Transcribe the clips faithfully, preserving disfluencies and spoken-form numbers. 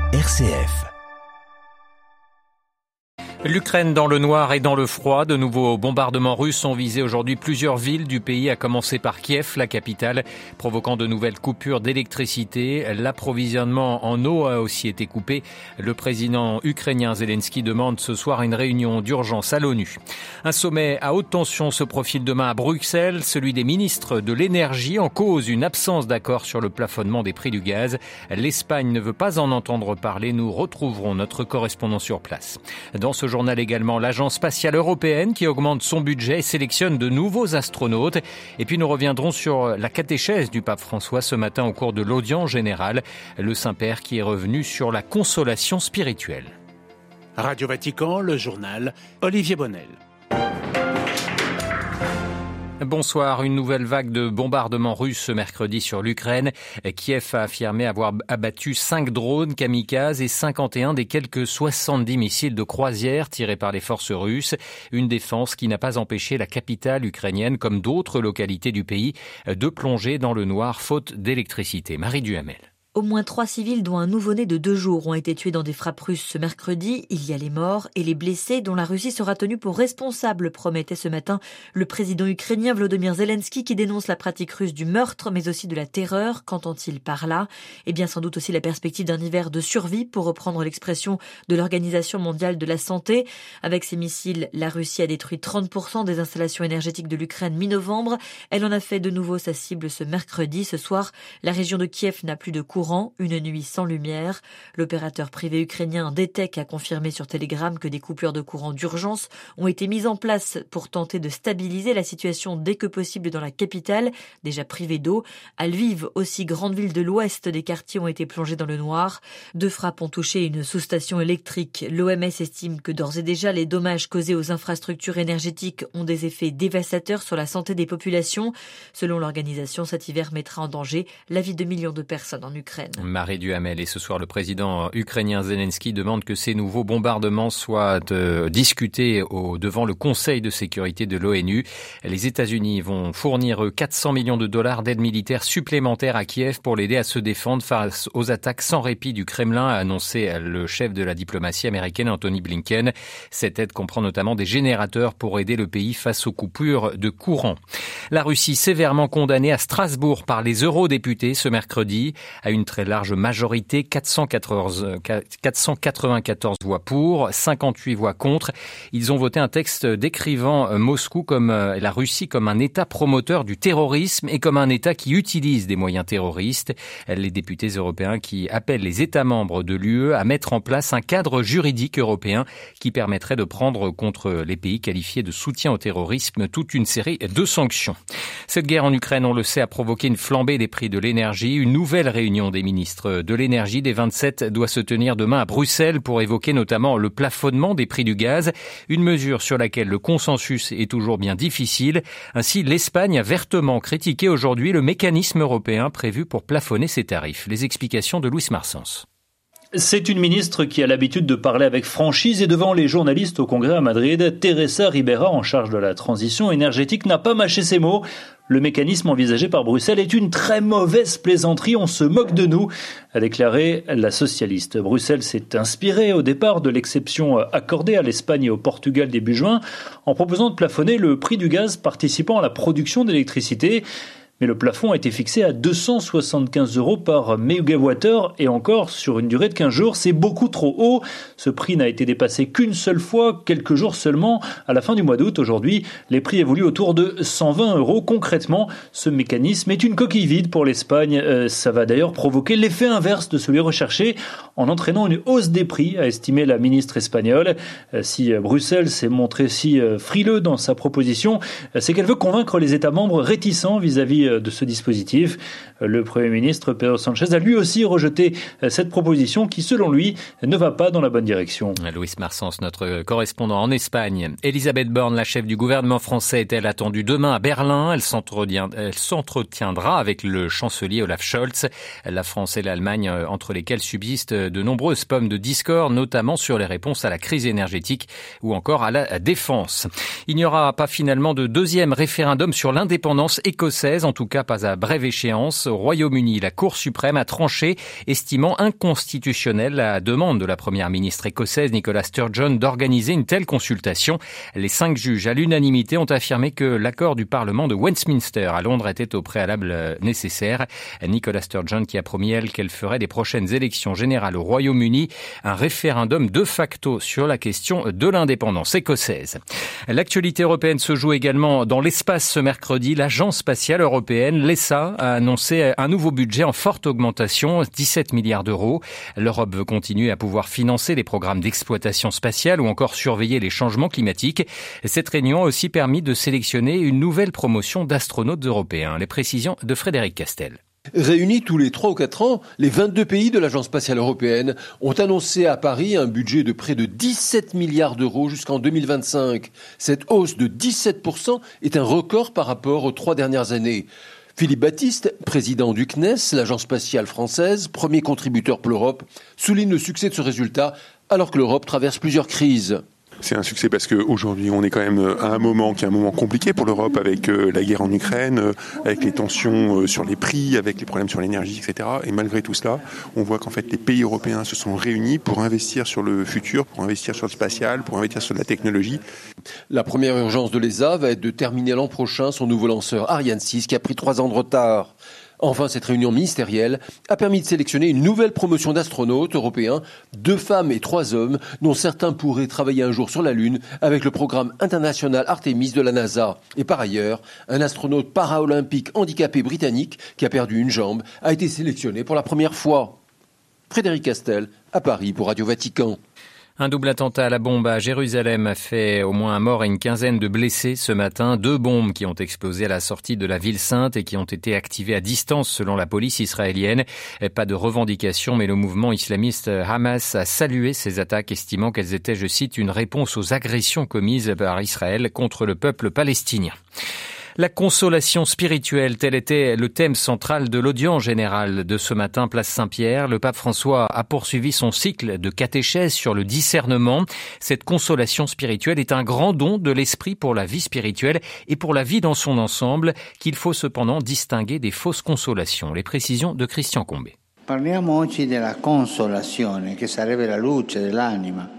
R C F. L'Ukraine dans le noir et dans le froid. De nouveaux bombardements russes ont visé aujourd'hui plusieurs villes du pays, à commencer par Kiev, la capitale, provoquant de nouvelles coupures d'électricité. L'approvisionnement en eau a aussi été coupé. Le président ukrainien Zelensky demande ce soir une réunion d'urgence à l'ONU. Un sommet à haute tension se profile demain à Bruxelles, celui des ministres de l'énergie, en cause une absence d'accord sur le plafonnement des prix du gaz. L'Espagne ne veut pas en entendre parler. Nous retrouverons notre correspondant sur place. Dans ce journal également, l'Agence spatiale européenne qui augmente son budget et sélectionne de nouveaux astronautes. Et puis nous reviendrons sur la catéchèse du pape François ce matin au cours de l'audience générale. Le Saint-Père qui est revenu sur la consolation spirituelle. Radio Vatican, le journal, Olivier Bonnel. Bonsoir. Une nouvelle vague de bombardements russes ce mercredi sur l'Ukraine. Kiev a affirmé avoir abattu cinq drones kamikazes et cinquante et un des quelques soixante-dix missiles de croisière tirés par les forces russes. Une défense qui n'a pas empêché la capitale ukrainienne, comme d'autres localités du pays, de plonger dans le noir faute d'électricité. Marie Duhamel. Au moins trois civils, dont un nouveau-né de deux jours, ont été tués dans des frappes russes ce mercredi. Il y a les morts et les blessés, dont la Russie sera tenue pour responsable, promettait ce matin le président ukrainien Volodymyr Zelensky, qui dénonce la pratique russe du meurtre, mais aussi de la terreur. Qu'entend-il par là ? Eh bien, sans doute aussi la perspective d'un hiver de survie, pour reprendre l'expression de l'Organisation mondiale de la santé. Avec ses missiles, la Russie a détruit trente pour cent des installations énergétiques de l'Ukraine mi-novembre. Elle en a fait de nouveau sa cible ce mercredi. Ce soir, la région de Kiev n'a plus de courant. Une nuit sans lumière. L'opérateur privé ukrainien D T E C a confirmé sur Telegram que des coupures de courant d'urgence ont été mises en place pour tenter de stabiliser la situation dès que possible dans la capitale, déjà privée d'eau. À Lviv, aussi grande ville de l'ouest, des quartiers ont été plongés dans le noir. Deux frappes ont touché une sous-station électrique. L'O M S estime que d'ores et déjà les dommages causés aux infrastructures énergétiques ont des effets dévastateurs sur la santé des populations. Selon l'organisation, cet hiver mettra en danger la vie de millions de personnes en Ukraine. Marie Duhamel. Et ce soir, le président ukrainien Zelensky demande que ces nouveaux bombardements soient euh, discutés au, devant le Conseil de sécurité de l'ONU. Les États-Unis vont fournir eux, quatre cents millions de dollars d'aide militaire supplémentaire à Kiev pour l'aider à se défendre face aux attaques sans répit du Kremlin, a annoncé le chef de la diplomatie américaine Antony Blinken. Cette aide comprend notamment des générateurs pour aider le pays face aux coupures de courant. La Russie sévèrement condamnée à Strasbourg par les eurodéputés ce mercredi à une très large majorité, quatre cent quatre-vingt-quatorze voix pour, cinquante-huit voix contre. Ils ont voté un texte décrivant Moscou comme la Russie comme un État promoteur du terrorisme et comme un État qui utilise des moyens terroristes. Les députés européens qui appellent les États membres de l'U E à mettre en place un cadre juridique européen qui permettrait de prendre contre les pays qualifiés de soutien au terrorisme toute une série de sanctions. Cette guerre en Ukraine, on le sait, a provoqué une flambée des prix de l'énergie. Une nouvelle réunion des ministres de l'énergie des vingt-sept doit se tenir demain à Bruxelles pour évoquer notamment le plafonnement des prix du gaz, une mesure sur laquelle le consensus est toujours bien difficile. Ainsi, l'Espagne a vertement critiqué aujourd'hui le mécanisme européen prévu pour plafonner ses tarifs. Les explications de Luis Marsens. C'est une ministre qui a l'habitude de parler avec franchise et devant les journalistes au Congrès à Madrid, Teresa Ribera, en charge de la transition énergétique, n'a pas mâché ses mots. Le mécanisme envisagé par Bruxelles est une très mauvaise plaisanterie, on se moque de nous, a déclaré la socialiste. Bruxelles s'est inspirée au départ de l'exception accordée à l'Espagne et au Portugal début juin, en proposant de plafonner le prix du gaz participant à la production d'électricité. Mais le plafond a été fixé à deux cent soixante-quinze euros par mégawattheure et encore sur une durée de quinze jours, c'est beaucoup trop haut. Ce prix n'a été dépassé qu'une seule fois, quelques jours seulement, à la fin du mois d'août. Aujourd'hui, les prix évoluent autour de cent vingt euros. Concrètement, ce mécanisme est une coquille vide pour l'Espagne. Euh, ça va d'ailleurs provoquer l'effet inverse de celui recherché en entraînant une hausse des prix, a estimé la ministre espagnole. Euh, si Bruxelles s'est montré si euh, frileux dans sa proposition, euh, c'est qu'elle veut convaincre les États membres réticents vis-à-vis de ce dispositif. Le Premier ministre Pedro Sanchez a lui aussi rejeté cette proposition qui, selon lui, ne va pas dans la bonne direction. Luis Marsens, notre correspondant en Espagne. Elisabeth Borne, la chef du gouvernement français, est-elle attendue demain à Berlin? Elle s'entretiendra avec le chancelier Olaf Scholz. La France et l'Allemagne, entre lesquelles subsistent de nombreuses pommes de discorde, notamment sur les réponses à la crise énergétique ou encore à la défense. Il n'y aura pas finalement de deuxième référendum sur l'indépendance écossaise. En tout cas pas à brève échéance. Au Royaume-Uni, la Cour suprême a tranché, estimant inconstitutionnelle la demande de la première ministre écossaise Nicola Sturgeon d'organiser une telle consultation. Les cinq juges à l'unanimité ont affirmé que l'accord du Parlement de Westminster à Londres était au préalable nécessaire. Nicola Sturgeon qui a promis, elle, qu'elle ferait des prochaines élections générales au Royaume-Uni un référendum de facto sur la question de l'indépendance écossaise. L'actualité européenne se joue également dans l'espace ce mercredi. L'Agence spatiale européenne, l'E S A, a annoncé un nouveau budget en forte augmentation, dix-sept milliards d'euros. L'Europe veut continuer à pouvoir financer les programmes d'exploitation spatiale ou encore surveiller les changements climatiques. Cette réunion a aussi permis de sélectionner une nouvelle promotion d'astronautes européens. Les précisions de Frédéric Castel. Réunis tous les trois ou quatre ans, les vingt-deux pays de l'Agence spatiale européenne ont annoncé à Paris un budget de près de dix-sept milliards d'euros jusqu'en deux mille vingt-cinq. Cette hausse de dix-sept pour cent est un record par rapport aux trois dernières années. Philippe Baptiste, président du C N E S, l'Agence spatiale française, premier contributeur pour l'Europe, souligne le succès de ce résultat alors que l'Europe traverse plusieurs crises. C'est un succès parce qu'aujourd'hui, on est quand même à un moment qui est un moment compliqué pour l'Europe avec la guerre en Ukraine, avec les tensions sur les prix, avec les problèmes sur l'énergie, et cetera. Et malgré tout cela, on voit qu'en fait, les pays européens se sont réunis pour investir sur le futur, pour investir sur le spatial, pour investir sur la technologie. La première urgence de l'E S A va être de terminer l'an prochain son nouveau lanceur Ariane six qui a pris trois ans de retard. Enfin, cette réunion ministérielle a permis de sélectionner une nouvelle promotion d'astronautes européens, deux femmes et trois hommes, dont certains pourraient travailler un jour sur la Lune avec le programme international Artemis de la NASA. Et par ailleurs, un astronaute paraolympique handicapé britannique qui a perdu une jambe a été sélectionné pour la première fois. Frédéric Castel, à Paris pour Radio Vatican. Un double attentat à la bombe à Jérusalem a fait au moins un mort et une quinzaine de blessés ce matin. Deux bombes qui ont explosé à la sortie de la ville sainte et qui ont été activées à distance selon la police israélienne. Pas de revendication, mais le mouvement islamiste Hamas a salué ces attaques, estimant qu'elles étaient, je cite, une réponse aux agressions commises par Israël contre le peuple palestinien. La consolation spirituelle, tel était le thème central de l'audience générale de ce matin, place Saint-Pierre. Le pape François a poursuivi son cycle de catéchèse sur le discernement. Cette consolation spirituelle est un grand don de l'esprit pour la vie spirituelle et pour la vie dans son ensemble, qu'il faut cependant distinguer des fausses consolations. Les précisions de Christian Combé. Parliamo oggi della consolazione, che sarebbe la luce dell'anima.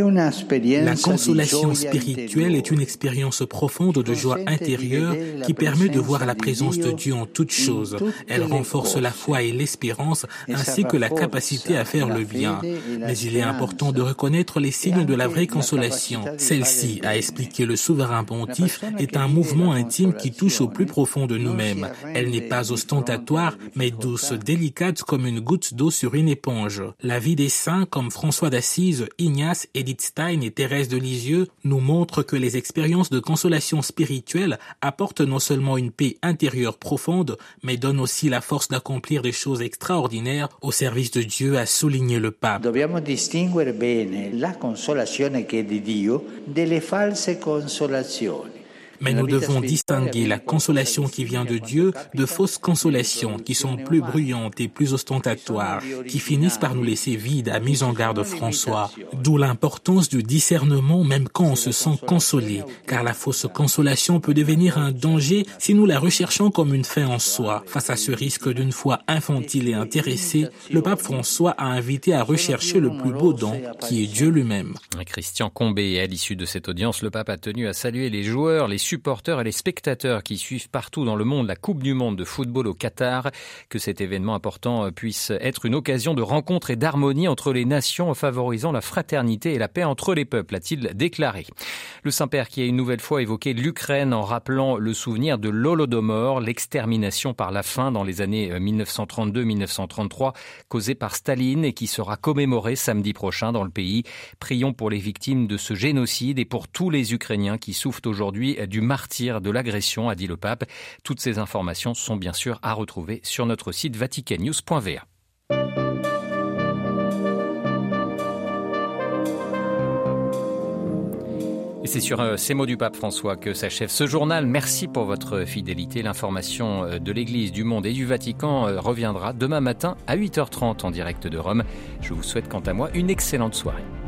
La consolation spirituelle est une expérience profonde de joie intérieure qui permet de voir la présence de Dieu en toutes choses. Elle renforce la foi et l'espérance ainsi que la capacité à faire le bien. Mais il est important de reconnaître les signes de la vraie consolation. Celle-ci, a expliqué le souverain pontife, est un mouvement intime qui touche au plus profond de nous-mêmes. Elle n'est pas ostentatoire, mais douce, délicate comme une goutte d'eau sur une éponge. La vie des saints comme François d'Assise, Ignace, Edith Stein et Thérèse de Lisieux nous montrent que les expériences de consolation spirituelle apportent non seulement une paix intérieure profonde, mais donnent aussi la force d'accomplir des choses extraordinaires au service de Dieu, a souligné le pape. Dobbiamo distinguere bene la consolazione che è di Dio delle false consolazioni. Mais nous devons distinguer la consolation qui vient de Dieu de fausses consolations qui sont plus bruyantes et plus ostentatoires, qui finissent par nous laisser vides, a mis en garde François. D'où l'importance du discernement même quand on se sent consolé, car la fausse consolation peut devenir un danger si nous la recherchons comme une fin en soi. Face à ce risque d'une foi infantile et intéressée, le pape François a invité à rechercher le plus beau don, qui est Dieu lui-même. Christian Combé, à l'issue de cette audience, le pape a tenu à saluer les joueurs, les supporters et les spectateurs qui suivent partout dans le monde la Coupe du Monde de football au Qatar. Que cet événement important puisse être une occasion de rencontre et d'harmonie entre les nations en favorisant la fraternité et la paix entre les peuples, a-t-il déclaré. Le Saint-Père qui a une nouvelle fois évoqué l'Ukraine en rappelant le souvenir de l'Holodomor, l'extermination par la faim dans les années mille neuf cent trente-deux mille neuf cent trente-trois causée par Staline et qui sera commémorée samedi prochain dans le pays. Prions pour les victimes de ce génocide et pour tous les Ukrainiens qui souffrent aujourd'hui du martyr de l'agression, a dit le pape. Toutes ces informations sont bien sûr à retrouver sur notre site vatican news point v a. Et c'est sur ces mots du pape François que s'achève ce journal. Merci pour votre fidélité. L'information de l'Église, du monde et du Vatican reviendra demain matin à huit heures trente en direct de Rome. Je vous souhaite quant à moi une excellente soirée.